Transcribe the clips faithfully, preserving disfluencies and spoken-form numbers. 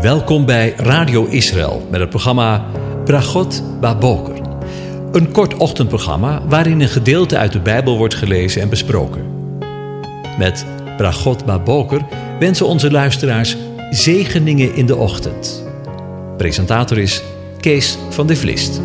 Welkom bij Radio Israël met het programma Brachot Baboker. Een kort ochtendprogramma waarin een gedeelte uit de Bijbel wordt gelezen en besproken. Met Brachot Baboker wensen onze luisteraars zegeningen in de ochtend. Presentator is Kees van de Vlist.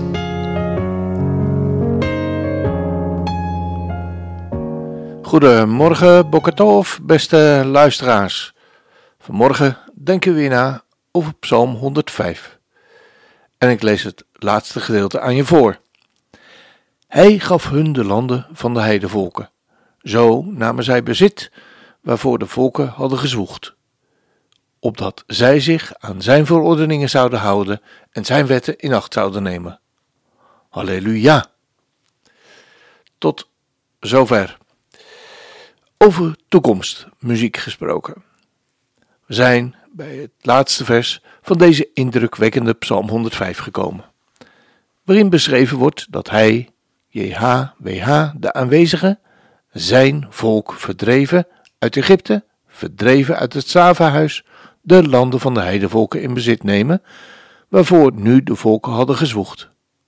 Goedemorgen, Boker Tov, beste luisteraars. Vanmorgen denken we weer na over Psalm honderdvijf. En ik lees het laatste gedeelte aan je voor. Hij gaf hun de landen van de heidevolken. Zo namen zij bezit waarvoor de volken hadden gezwoegd. Opdat zij zich aan zijn verordeningen zouden houden en zijn wetten in acht zouden nemen. Halleluja. Tot zover. Over toekomstmuziek gesproken. We zijn bij het laatste vers van deze indrukwekkende Psalm honderdvijf gekomen, waarin beschreven wordt dat hij, J H W H, de aanwezige, zijn volk verdreven uit Egypte, verdreven uit het slavenhuis, de landen van de heidevolken in bezit nemen, waarvoor nu de volken hadden gezwoegd.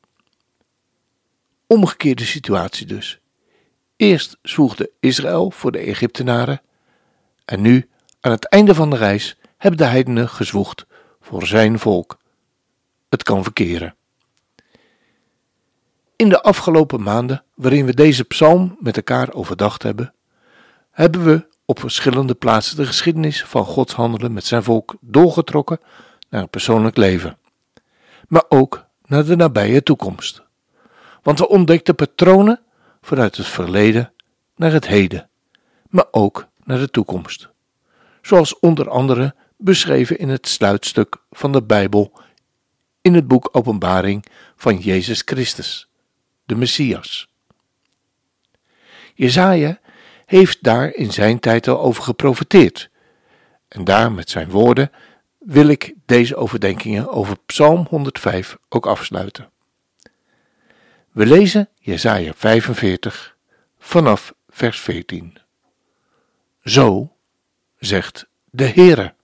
Omgekeerde situatie dus. Eerst zwoegde Israël voor de Egyptenaren en nu, aan het einde van de reis, hebben de heidenen gezwoegd voor zijn volk. Het kan verkeren. In de afgelopen maanden, waarin we deze psalm met elkaar overdacht hebben, hebben we op verschillende plaatsen de geschiedenis van Gods handelen met zijn volk doorgetrokken naar een persoonlijk leven, maar ook naar de nabije toekomst. Want we ontdekten patronen vanuit het verleden naar het heden, maar ook naar de toekomst. Zoals onder andere beschreven in het sluitstuk van de Bijbel in het boek Openbaring van Jezus Christus, de Messias. Jesaja heeft daar in zijn tijd al over geprofeteerd. En daar met zijn woorden wil ik deze overdenkingen over Psalm honderdvijf ook afsluiten. We lezen Jesaja vijfenveertig vanaf vers veertien. Zo zegt de Heere.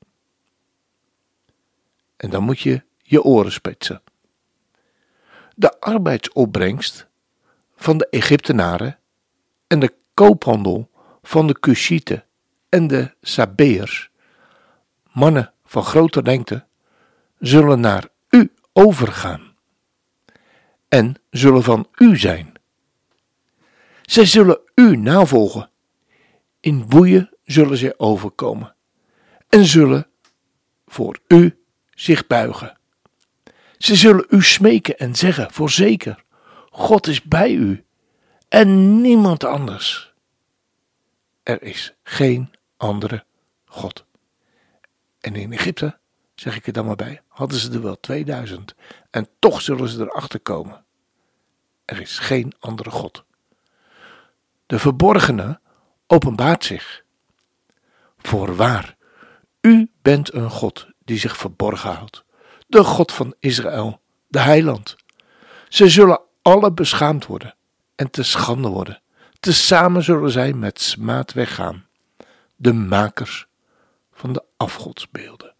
En dan moet je je oren spitsen. De arbeidsopbrengst van de Egyptenaren en de koophandel van de Cushieten en de Sabeërs, mannen van grote lengte, zullen naar u overgaan en zullen van u zijn. Zij zullen u navolgen. In boeien zullen zij overkomen en zullen voor u zich buigen. Ze zullen u smeken en zeggen, voorzeker, God is bij u en niemand anders. Er is geen andere God. En in Egypte, zeg ik er dan maar bij, hadden ze er wel tweeduizend en toch zullen ze erachter komen. Er is geen andere God. De verborgene openbaart zich. Voorwaar, u bent een God die zich verborgen houdt. De God van Israël, de heiland. Ze zullen alle beschaamd worden en te schande worden. Tezamen zullen zij met smaad weggaan. De makers van de afgodsbeelden.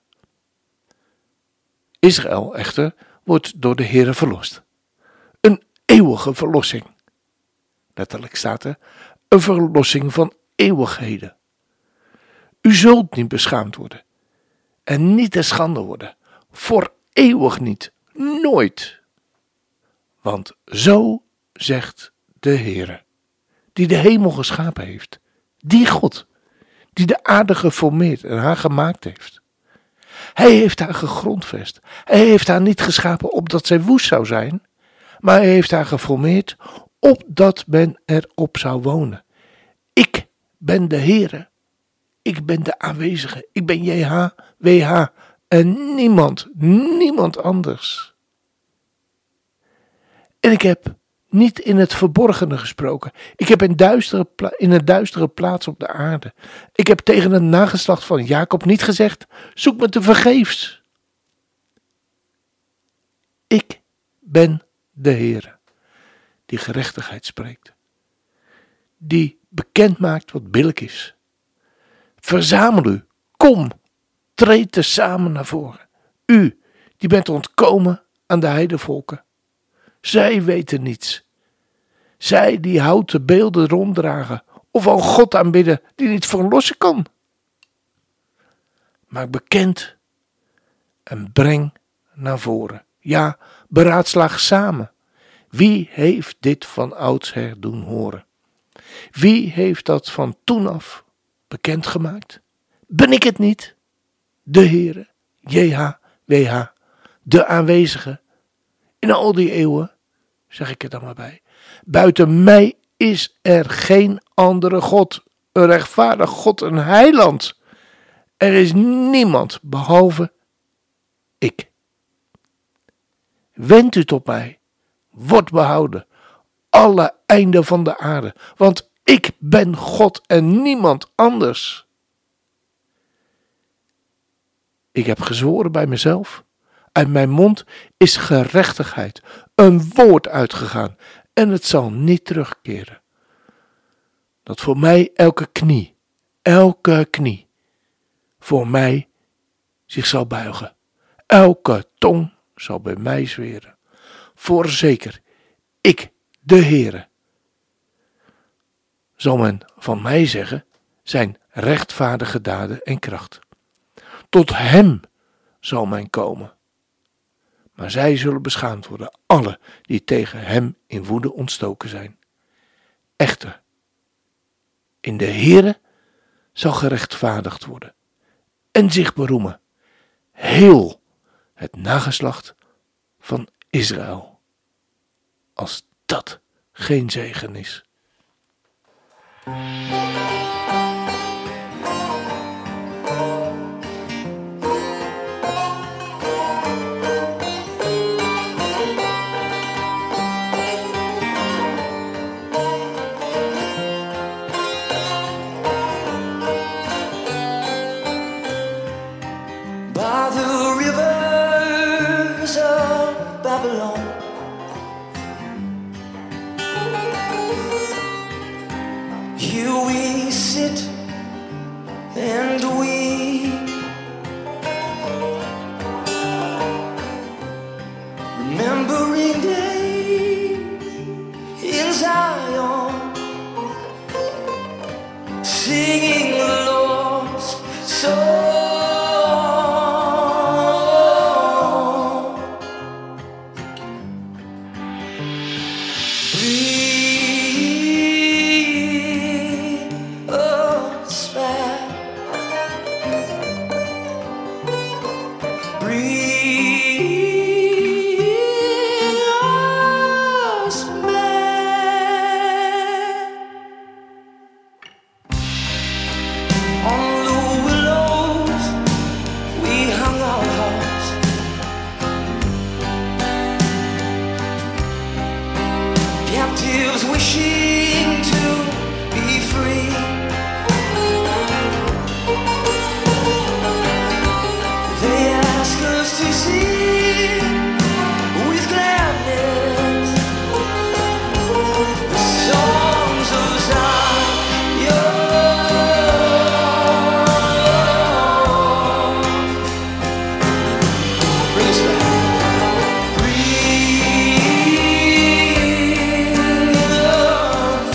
Israël echter wordt door de Heere verlost. Een eeuwige verlossing. Letterlijk staat er, een verlossing van eeuwigheden. U zult niet beschaamd worden en niet te schande worden, voor eeuwig niet, nooit. Want zo zegt de Heere, die de hemel geschapen heeft, die God, die de aarde geformeerd en haar gemaakt heeft. Hij heeft haar gegrondvest, hij heeft haar niet geschapen opdat zij woest zou zijn, maar hij heeft haar geformeerd opdat men erop zou wonen. Ik ben de Heere. Ik ben de aanwezige. Ik ben J H W H. En niemand, niemand anders. En ik heb niet in het verborgene gesproken. Ik heb in, duistere pla- in een duistere plaats op de aarde. Ik heb tegen het nageslacht van Jacob niet gezegd, zoek me te vergeefs. Ik ben de Heere, die gerechtigheid spreekt. Die bekend maakt wat billijk is. Verzamel u, kom, treed tezamen naar voren. U, die bent ontkomen aan de heidevolken. Zij weten niets. Zij die houten beelden ronddragen of al God aanbidden die niet verlossen kan. Maak bekend en breng naar voren. Ja, beraadslaag samen. Wie heeft dit van oudsher doen horen? Wie heeft dat van toen af bekendgemaakt? Ben ik het niet? De Heere, J H W H, de aanwezige. In al die eeuwen, zeg ik er dan maar bij. Buiten mij is er geen andere God, een rechtvaardig God, een heiland. Er is niemand behalve ik. Wend u tot mij, word behouden, alle einden van de aarde, want ik ben God en niemand anders. Ik heb gezworen bij mezelf, uit mijn mond is gerechtigheid, een woord uitgegaan en het zal niet terugkeren. Dat voor mij elke knie, elke knie, voor mij zich zal buigen. Elke tong zal bij mij zweren. Voorzeker, ik, de Heere, zal men van mij zeggen, zijn rechtvaardige daden en kracht. Tot hem zal men komen. Maar zij zullen beschaamd worden, alle die tegen hem in woede ontstoken zijn. Echter, in de Heere zal gerechtvaardigd worden en zich beroemen, heel het nageslacht van Israël. Als dat geen zegen is. By the rivers of Babylon, here we sit and we remembering days in Zion, singing the Lord's song. Captives wishing to be free. They ask us to sing with gladness the songs of Zion. Bring us back. Breathe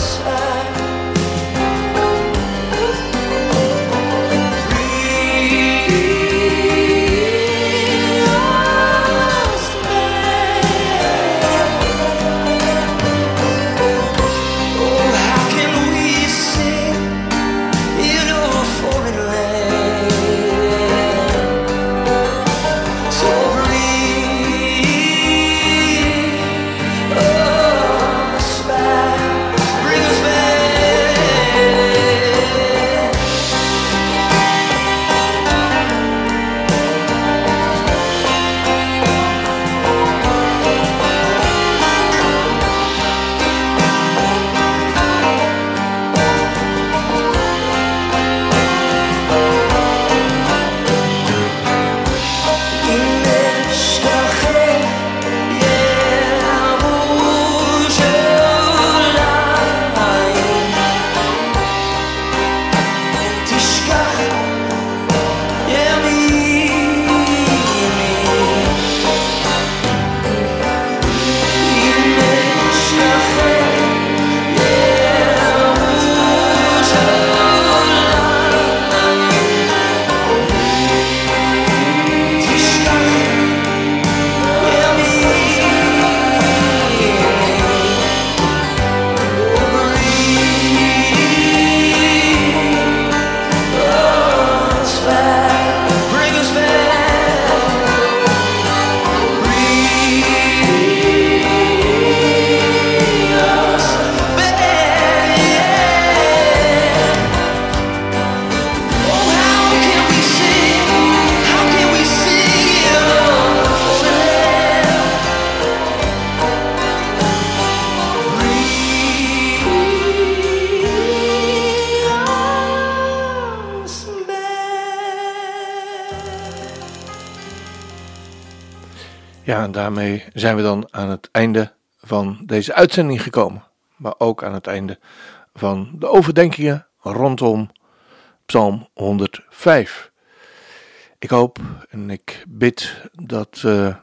Ja, en daarmee zijn we dan aan het einde van deze uitzending gekomen. Maar ook aan het einde van de overdenkingen rondom Psalm honderdvijf. Ik hoop en ik bid dat uh,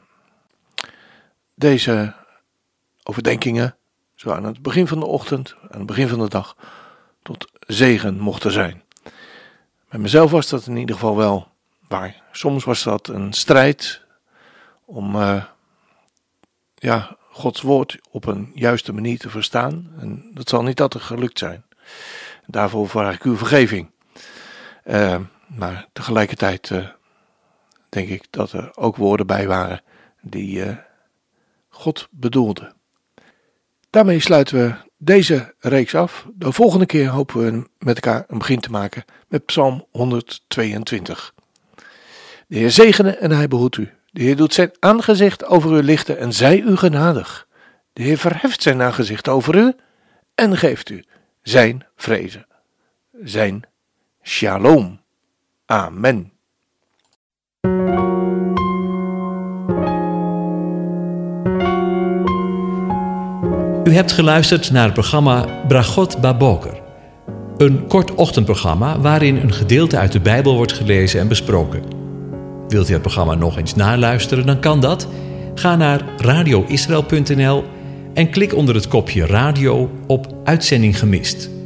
deze overdenkingen, zo aan het begin van de ochtend, aan het begin van de dag, tot zegen mochten zijn. Met mezelf was dat in ieder geval wel waar. Soms was dat een strijd om uh, ja, Gods woord op een juiste manier te verstaan. En dat zal niet altijd gelukt zijn. Daarvoor vraag ik uw vergeving. Uh, maar tegelijkertijd uh, denk ik dat er ook woorden bij waren die uh, God bedoelde. Daarmee sluiten we deze reeks af. De volgende keer hopen we met elkaar een begin te maken met Psalm honderdtweeëntwintig. De Heer zegene en hij behoedt u. De Heer doet zijn aangezicht over u lichten en zij u genadig. De Heer verheft zijn aangezicht over u en geeft u zijn vrede. Zijn shalom. Amen. U hebt geluisterd naar het programma Bragot Baboker. Een kort ochtendprogramma waarin een gedeelte uit de Bijbel wordt gelezen en besproken. Wilt u het programma nog eens naluisteren, dan kan dat. Ga naar radio israël punt n l en klik onder het kopje radio op Uitzending gemist.